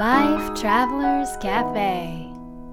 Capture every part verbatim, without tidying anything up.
Life Travelers Cafe。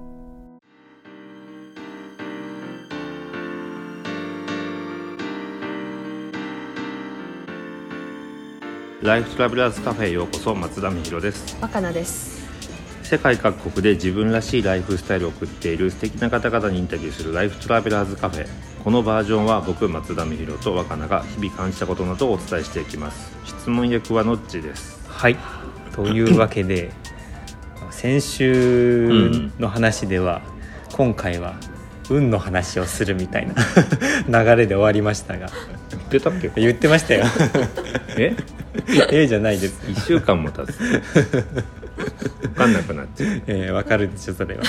ライフトラベラーズカフェへようこそ。松田美弘です。 若菜です。 世界各国で自分らしいライフスタイルを送っている素敵な方々にインタビューするライフトラベラーズカフェ。このバージョンは僕松田美弘と若菜が日々感じたことなどをお伝えしていきます。質問役はのっちです。 はい、というわけで先週の話では、うん、今回は運の話をするみたいな流れで終わりましたが、 言ってたっけ？ 言ってましたよ。 ええじゃないです。 いっしゅうかんも経つ分かんなくなっちゃう。 えー、分かるでしょそれは。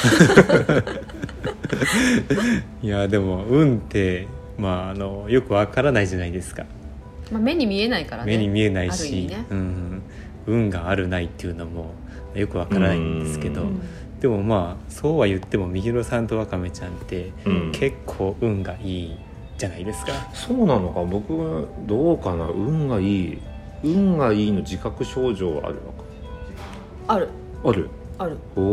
いやでも運って、まあ、あのよく分からないじゃないですか。 まあ、目に見えないからね。 目に見えないし、 ね、 うん、運があるないっていうのもよく分からないんですけど、でもまあそうは言ってもみひろさんとわかめちゃんって、うん、結構運がいいじゃないですか。 そうなのか。僕はどうかな。運がいい運がいいの自覚症状はあるのか。 あるあるある。 お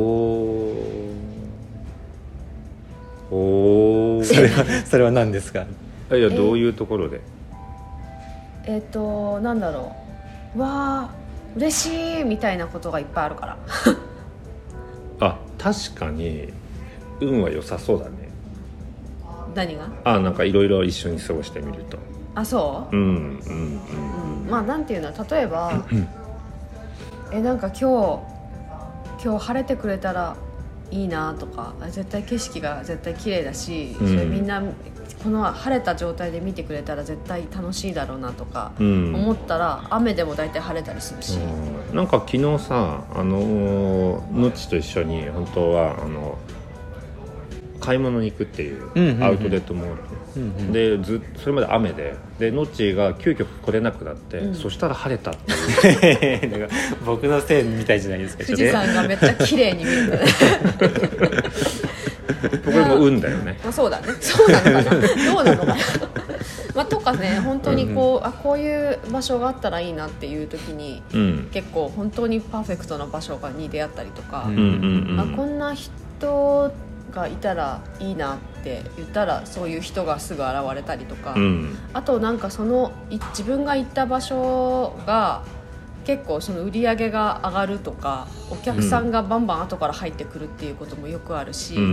おそれはそれは何ですか。 いやどういうところで。 えっ、ー、となんだろう、わー嬉しいみたいなことがいっぱいあるから。 あ、確かに運は良さそうだね。 何が？ あ、なんかいろいろ一緒に過ごしてみると。 あ、そう？ うんうんうん、 うん、まあなんていうの、例えばえなんか今日今日晴れてくれたらいいなとか、絶対景色が絶対綺麗だし、うん、それみんなこの晴れた状態で見てくれたら絶対楽しいだろうなとか思ったら、うん、雨でも大体晴れたりするし、 うん、なんか昨日さ、あののっちと一緒に本当はあの買い物に行くっていうアウトレットモール、うんうんうん、でずそれまで雨ででのっちが急遽来れなくなって、うん、そしたら晴れたっていう。 なんか僕のせいみたいじゃないですか。 富士山がめっちゃ綺麗に見えたね。 これも運だよね。 まあ、そうだね。そうなのかな。どうなのかな。まあ、とかね、本当にこう、うん、あこういう場所があったらいいなっていう時に、うん、結構本当にパーフェクトな場所に出会ったりとか、うんうんうん、あこんな人がいたらいいなって言ったらそういう人がすぐ現れたりとか、うん、あとなんかその自分が行った場所が結構その売り上げが上がるとか、お客さんがバンバン後から入ってくるっていうこともよくあるし、うん、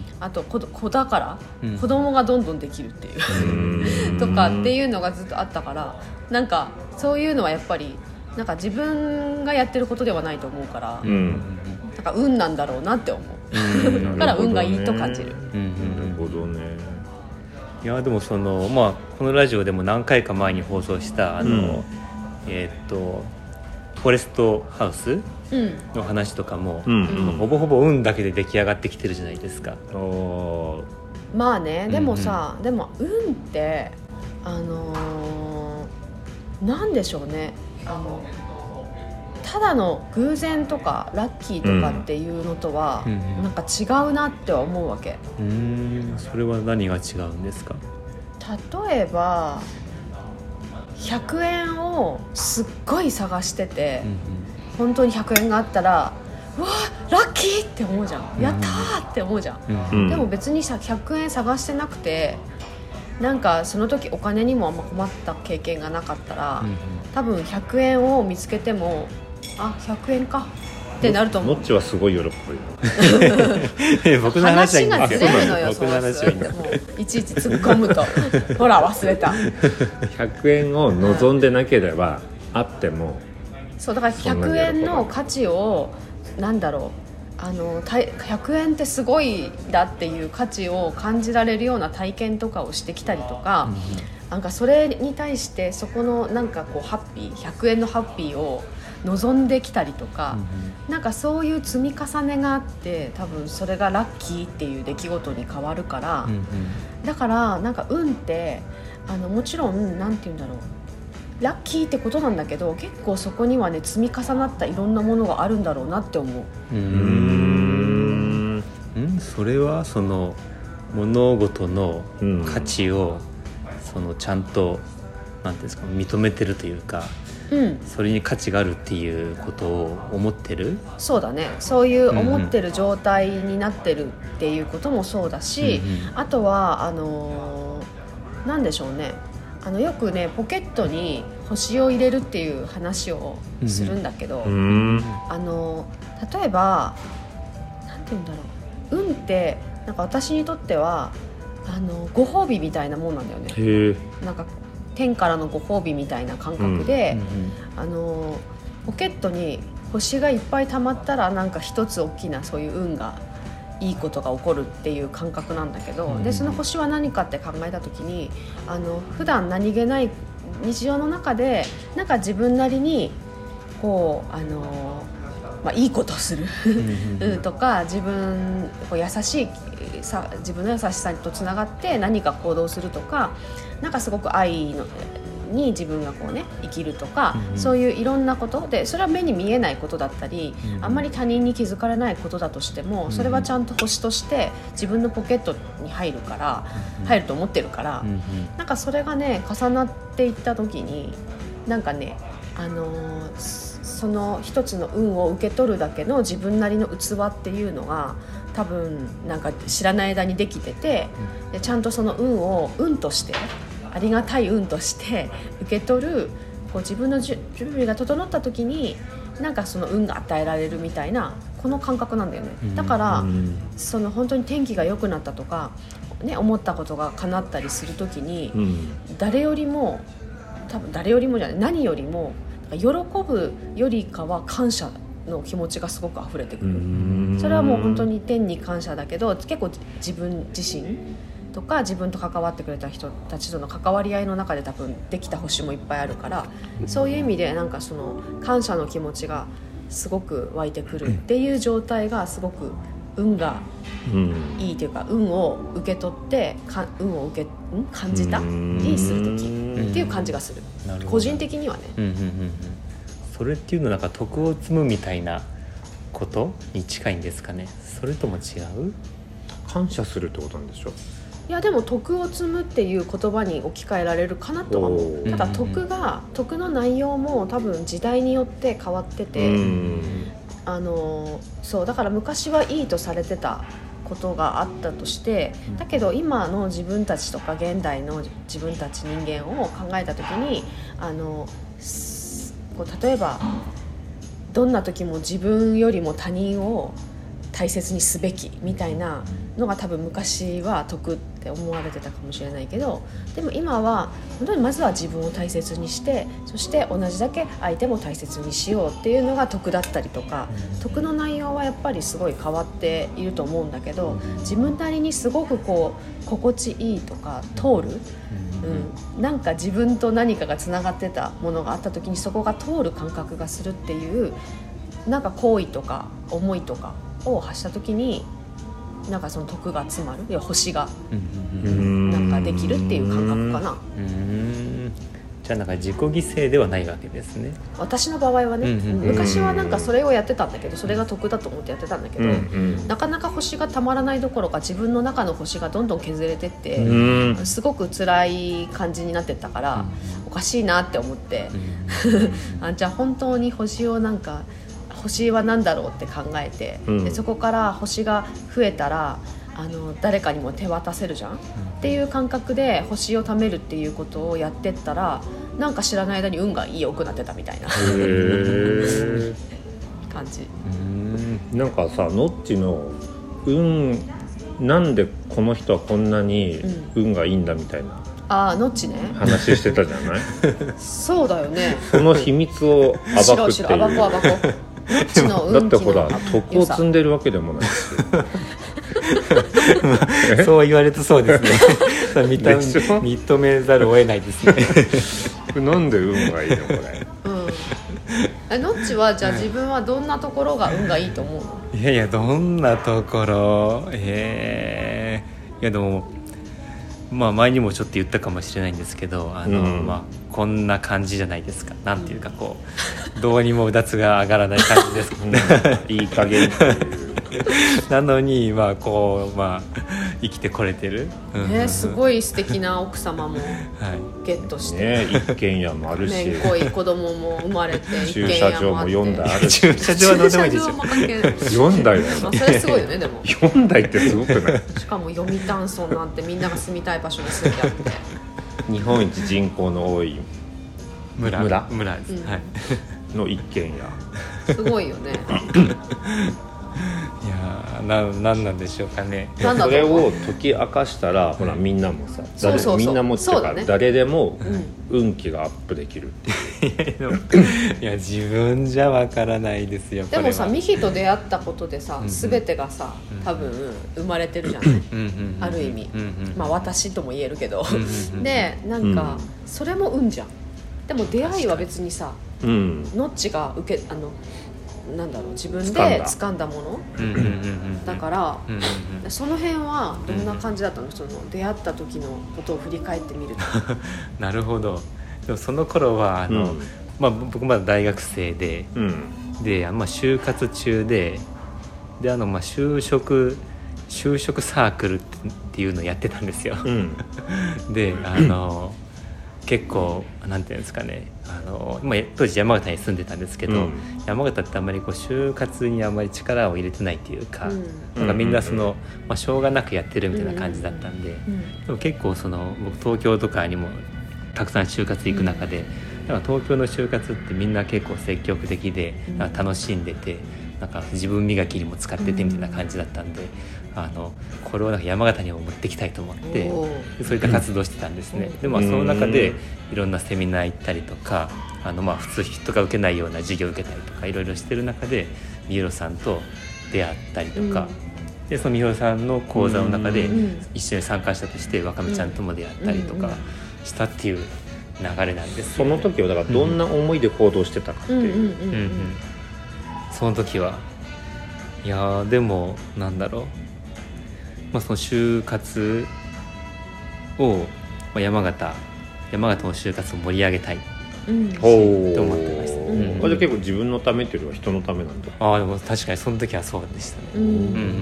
あと 子, 子だから、うん、子供がどんどんできるっていうとかっていうのがずっとあったから、なんかそういうのはやっぱりなんか自分がやってることではないと思うから、うん、なんか運なんだろうなって思う。だから運がいいと感じる。 なるほどね。 いやでもその、まあ、このラジオでも何回か前に放送したあの、うん、えー、っとフォレストハウスの話とかも、うんうん、ほぼほぼ運だけで出来上がってきてるじゃないですか。 おまあね、でもさ、うんうん、でも運ってあのー、なんでしょうね、あのただの偶然とかラッキーとかっていうのとは、うん、なんか違うなって思うわけ。 うーん、それは何が違うんですか。 例えばひゃくえんをすっごい探してて、うんうん、本当にひゃくえんがあったらうわラッキーって思うじゃん、うん、やったーって思うじゃん、うんうん、でも別にさひゃくえん探してなくて、なんかその時お金にもあんま困った経験がなかったら、うんうん、多分ひゃくえんを見つけてもあひゃくえんかってなると思う。 もっちはすごい喜ぶよ。 僕の話がずれるのよ。 僕の話はいいんだ。 もういちいち突っ込むとほら忘れた。 ひゃくえんを望んでなければ、うん、あってもそうだからひゃくえんの価値をなんだろう、あのひゃくえんってすごいだっていう価値を感じられるような体験とかをしてきたりとか、うん、なんかそれに対してそこのなんかこうハッピーひゃくえんのハッピーを望んできたりとか、うん、なんかそういう積み重ねがあって、多分それがラッキーっていう出来事に変わるから、うんうん、だからなんか運ってあのもちろんなんて言うんだろう、ラッキーってことなんだけど、結構そこにはね積み重なったいろんなものがあるんだろうなって思う。 うーん、んそれはその物事の価値を、うん、そのちゃんとなんていうんですか認めてるというか、 うん、 それに価値があるっていうことを思ってる。 そうだね、そういう思ってる状態になってるっていうこともそうだし、うんうん、あとはあのー、なんでしょうね、あのよくねポケットに星を入れるっていう話をするんだけど、うん、あの例えばなんて言うんだろう、運ってなんか私にとってはあのご褒美みたいなもんなんだよね。 へなんか天からのご褒美みたいな感覚で、うん、あのポケットに星がいっぱい溜まったらなんか一つ大きなそういう運がいいことが起こるっていう感覚なんだけど、うん、でその星は何かって考えた時に、あの普段何気ない日常の中でなんか自分なりにこうあの、まあ、いいことをするとか、自分こう優しいさ自分の優しさとつながって何か行動するとか、なんかすごく愛のに自分がこうね生きるとか、うん、そういういろんなことで、それは目に見えないことだったり、うん、あんまり他人に気づかれないことだとしても、それはちゃんと星として自分のポケットに入るから、うん、入ると思ってるから、うん、なんかそれがね重なっていった時になんかね、あのー、その一つの運を受け取るだけの自分なりの器っていうのが多分なんか知らない間にできてて、でちゃんとその運を運としてありがたい運として受け取る、こう自分の準備が整った時になんかその運が与えられるみたいなこの感覚なんだよね。だからその本当に天気が良くなったとか、ね、思ったことが叶ったりする時に、誰よりも多分誰よりもじゃない何よりも喜ぶよりかは感謝の気持ちがすごく溢れてくる。それはもう本当に天に感謝だけど、結構自分自身とか自分と関わってくれた人たちとの関わり合いの中で多分できた星もいっぱいあるから、そういう意味でなんかその感謝の気持ちがすごく湧いてくるっていう状態がすごく運がいいというか、運を受け取ってか運を受けん感じたりする時っていう感じがする、個人的にはね、うんうんうんうん、 それっていうのはなんか徳を積むみたいなことに近いんですかね。それとも違う？ 感謝するってことなんでしょ。 いやでも徳を積むっていう言葉に置き換えられるかなとは思う。ただ徳が徳の内容も多分時代によって変わってて、あのそうだから昔はいいとされてたことがあったとして、だけど今の自分たちとか現代の自分たち人間を考えた時に、あのこう例えばどんな時も自分よりも他人を大切にすべきみたいなのが多分昔は徳って思われてたかもしれないけど、でも今は本当にまずは自分を大切にして、そして同じだけ相手も大切にしようっていうのが徳だったりとか、徳の内容はやっぱりすごい変わっていると思うんだけど、自分なりにすごくこう心地いいとか通る、うん、なんか自分と何かがつながってたものがあった時にそこが通る感覚がするっていう、なんか行為とか思いとかを発した時になんかその徳が詰まる、いや星がなんかできるっていう感覚かな。 うーん、じゃあなんか自己犠牲ではないわけですね。 私の場合はね、うんうん、昔はなんかそれをやってたんだけど、それが徳だと思ってやってたんだけど、うんうん、なかなか星がたまらないどころか自分の中の星がどんどん削れてって、うん、すごく辛い感じになってったから、うん、おかしいなって思って、うん、あじゃあ本当に星をなんか星は何だろうって考えて、うん、でそこから星が増えたらあの誰かにも手渡せるじゃん、うん、っていう感覚で星を貯めるっていうことをやってったら、なんか知らない間に運が良くなってたみたいなへ感じ。 うん、なんかさ、ノッチの運なんでこの人はこんなに運がいいんだみたいな、うん、 あーノッチね話してたじゃないそうだよね。 その秘密を暴くっていう。 知ろう知ろう、暴こう暴こうノッチの運気のだってほら徳を積んでるわけでもないしそう言われるとそうですね認, 認めざるを得ないですねなんで運がいいのこれ、 うん、えノッチはじゃあ自分はどんなところが運がいいと思うの？ いやいや、どんなところ、えー、いやでもまあ前にもちょっと言ったかもしれないんですけど、あの、うん、まあこんな感じじゃないですか。なんていうかこうどうにもうだつが上がらない感じです、 うん、いい加減っていうなのにまあこうまあ生きてこれてる、 ね、すごい素敵な奥様もゲットして、 はいね、一軒家もあるし、 めんこい子供も生まれて駐車場もよんだいあるし、 駐車場はどうでもいいでしょ。 よんだいだよ、 まあ、それすごいよね。でもよんだいってすごくない？ しかも読谷村なんてみんなが住みたい場所に住んであって日本一人口の多い村村村です、うん、はい、 の一軒家すごいよね。 いやな、なんなんでしょうかね。 それを解き明かしたら、ほらみんなもさ、 そうそうそう、 みんなもってか、ね、誰でも運気がアップできるっていう、 いや自分じゃわからないですよ。 でもさ、ミヒと出会ったことでさ、全てがさ多分生まれてるじゃない、ある意味、まあ私とも言えるけどで、なんかそれも運じゃん。でも出会いは別にさ、うん、ノッチが受けあのなんだろう、自分で掴んだものだから、その辺はどんな感じだったの？その出会った時のことを振り返ってみるとなるほど。でもその頃はあの、うん、まあ、僕まだ大学生で、うん、で、まあ、就活中でであの、まあ、就職就職サークルっていうのをやってたんですよ、うん、であの結構なんていうんですかね、あの、まあ、当時山形に住んでたんですけど、うん、山形ってあんまりこう就活にあんまり力を入れてないっていうか、うん、なんかみんなその、まあ、しょうがなくやってるみたいな感じだったんで、うん、でも結構その僕東京とかにもたくさん就活行く中で、なんか東京の就活ってみんな結構積極的で、なんか楽しんでて、なんか自分磨きにも使っててみたいな感じだったんで、あのこれをなんか山形にも持ってきたいと思ってそういった活動してたんですね。でもその中でいろんなセミナー行ったりとか、あのまあ普通人が受けないような授業を受けたりとかいろいろしてる中でみひろさんと出会ったりとか、でそのみひろさんの講座の中で一緒に参加者としてわかめちゃんとも出会ったりとかしたっていう流れなんです、 ね、その時はだからどんな思いで行動してたかっていう、 その時は、いやでもなんだろう、まあ、その就活を、まあ、山形山形の就活を盛り上げたいと思ってました、うんうん、あじゃあ結構自分のためっていうよりは人のためなんだ。 ああでも確かにその時はそうでしたね、うんうん、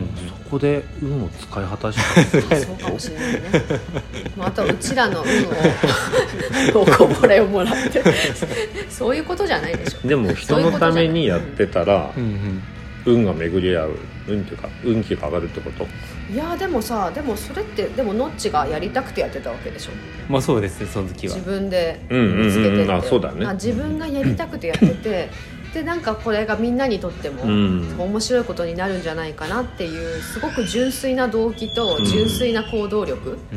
そこで運を使い果たしたそうかもしれないねあとうちらの運をおこぼれをもらってそういうことじゃないでしょ。 でも人のためにやってたら運が巡り合う、運っていうか運気が上がるってこと。 いやでもさ、でもそれってでもノッチがやりたくてやってたわけでしょ。 まあそうですね、その時は自分で見つけてって、 あそうだね、 あ自分がやりたくてやっててでなんかこれがみんなにとっても面白いことになるんじゃないかなっていうすごく純粋な動機と純粋な行動力、うん、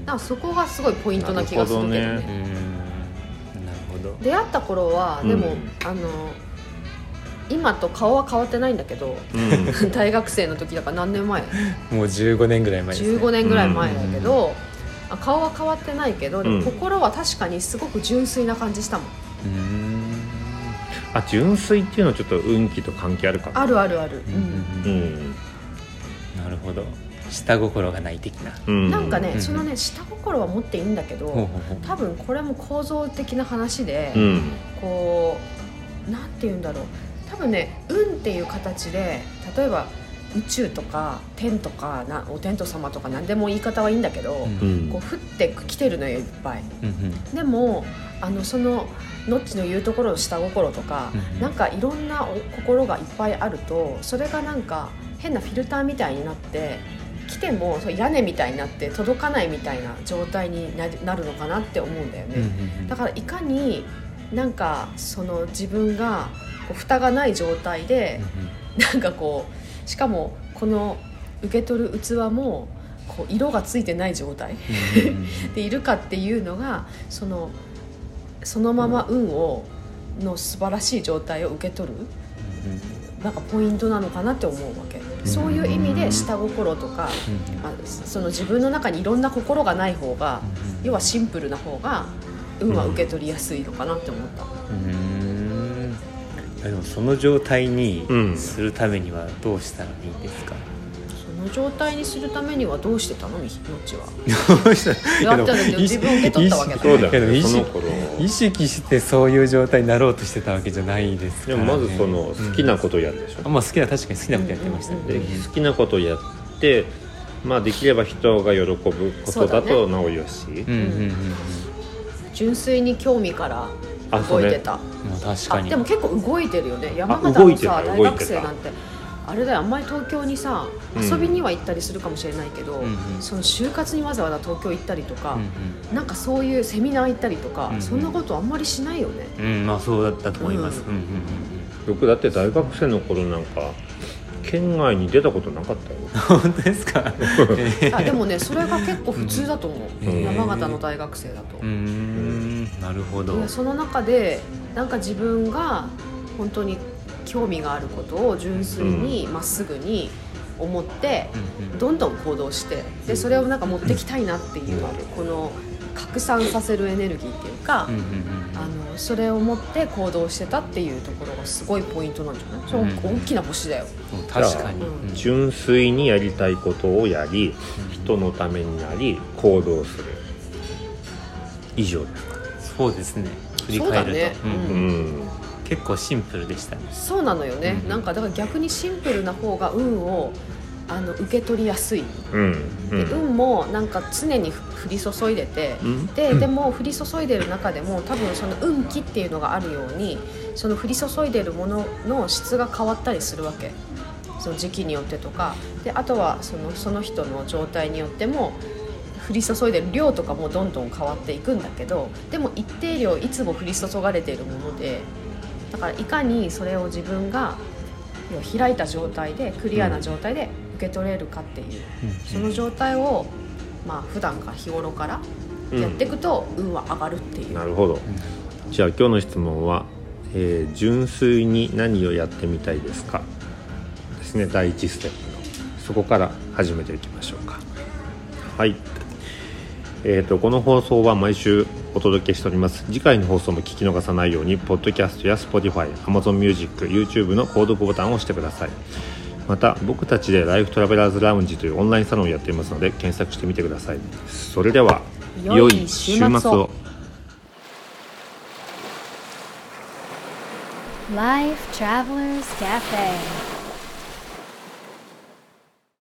なんかそこがすごいポイントな気がするけどね。なるほどね、うん、なるほど。出会った頃はでも、うん、あの今と顔は変わってないんだけど、うん、大学生の時だから何年前？ もうじゅうごねんぐらい前ですね。 じゅうごねんぐらい前だけど、うん、顔は変わってないけど、でも心は確かにすごく純粋な感じしたもん。うーん、 あ、純粋っていうのはちょっと運気と関係あるかも。 あるあるある、うんうん、 なるほど。下心がない的な、 うん、なんかね、うん、そのね下心は持っていいんだけど、うん、多分これも構造的な話で、うん、こうなんて言うんだろう、多分ね運っていう形で例えば宇宙とか天とかなお天道様とか何でも言い方はいいんだけど、うん、こう降ってきてるのよいっぱい、うん、でもあのそのノッチの言うところの下心とか、うん、なんかいろんな心がいっぱいあるとそれがなんか変なフィルターみたいになって来てもそう屋根みたいになって届かないみたいな状態になるのかなって思うんだよね、うん、だからいかになんかその自分がこう蓋がない状態で、うん、なんかこうしかもこの受け取る器もこう色がついてない状態でいるかっていうのがそのそのまま運をの素晴らしい状態を受け取る、うん、なんかポイントなのかなって思うわけ、うん、そういう意味で下心とか、うんまあ、その自分の中にいろんな心がない方が、うん、要はシンプルな方が運は受け取りやすいのかなって思った、うん、 でもその状態にするためにはどうしたらいいですか？ その状態にするためにはどうしてたのみのちはどうしたやったら自分受け取ったわけだそうだよね、 意識その頃意識してそういう状態になろうとしてたわけじゃないですから、ね、 でもまずその好きなことをやるでしょ、 うん、まあ好きな確かに好きなことやってましたね、 で好きなことをやってまあできれば人が喜ぶことだとなおよし、うんうんうん、 純粋に興味から動いてた。あ、 確かに。 でも結構動いてるよね。山形のさ大学生なんてあれだよ、あんまり東京にさ遊びには行ったりするかもしれないけど、うん、その就活にわざわざ東京行ったりとか、うんうん、なんかそういうセミナー行ったりとか、うんうん、そんなことあんまりしないよね。 うん、まあそうだったと思います。うんうんうん、 僕だって大学生の頃なんか県外に出たことなかったよ。本当ですか？ あ、でもね、それが結構普通だと思う、うん、山形の大学生だと。 うーん、なるほど。 いや、その中でなんか自分が本当に興味があることを純粋にまっすぐに思ってどんどん行動して、でそれをなんか持ってきたいなっていうこの拡散させるエネルギーっていうか、うんうんうん、あのそれを持って行動してたっていうところがすごいポイントなんじゃない？そう、うん、大きな星だよ。 確かに、 うん、純粋にやりたいことをやり、人のためになり行動する、以上ですか？ そうですね、振り返ると、そうだね、うんうん、結構シンプルでしたね。 そうなのよね、うん、なんかだから逆にシンプルな方が運をあの受け取りやすい、うんうん、で運もなんか常に降り注いでて、うん、で, でも降り注いでる中でも多分その運気っていうのがあるように、その降り注いでるものの質が変わったりするわけ、その時期によってとかで、あとはその、その人の状態によっても降り注いでる量とかもどんどん変わっていくんだけど、でも一定量いつも降り注がれているもので、だからいかにそれを自分が開いた状態でクリアな状態で受け取れるかっていう、うん、その状態をまあ普段から日頃からやっていくと運は上がるっていう、 うん、なるほど。じゃあ今日の質問は、えー、純粋に何をやってみたいですかですね。第一ステップのそこから始めていきましょうか。はい、えーと、この放送は毎週お届けしております。次回の放送も聞き逃さないようにポッドキャストや Spotify、Amazon Music、YouTube の購読ボタンを押してください。また僕たちでライフトラベラーズラウンジというオンラインサロンをやっていますので検索してみてください。それでは良い週末を。 Life Travelers Cafe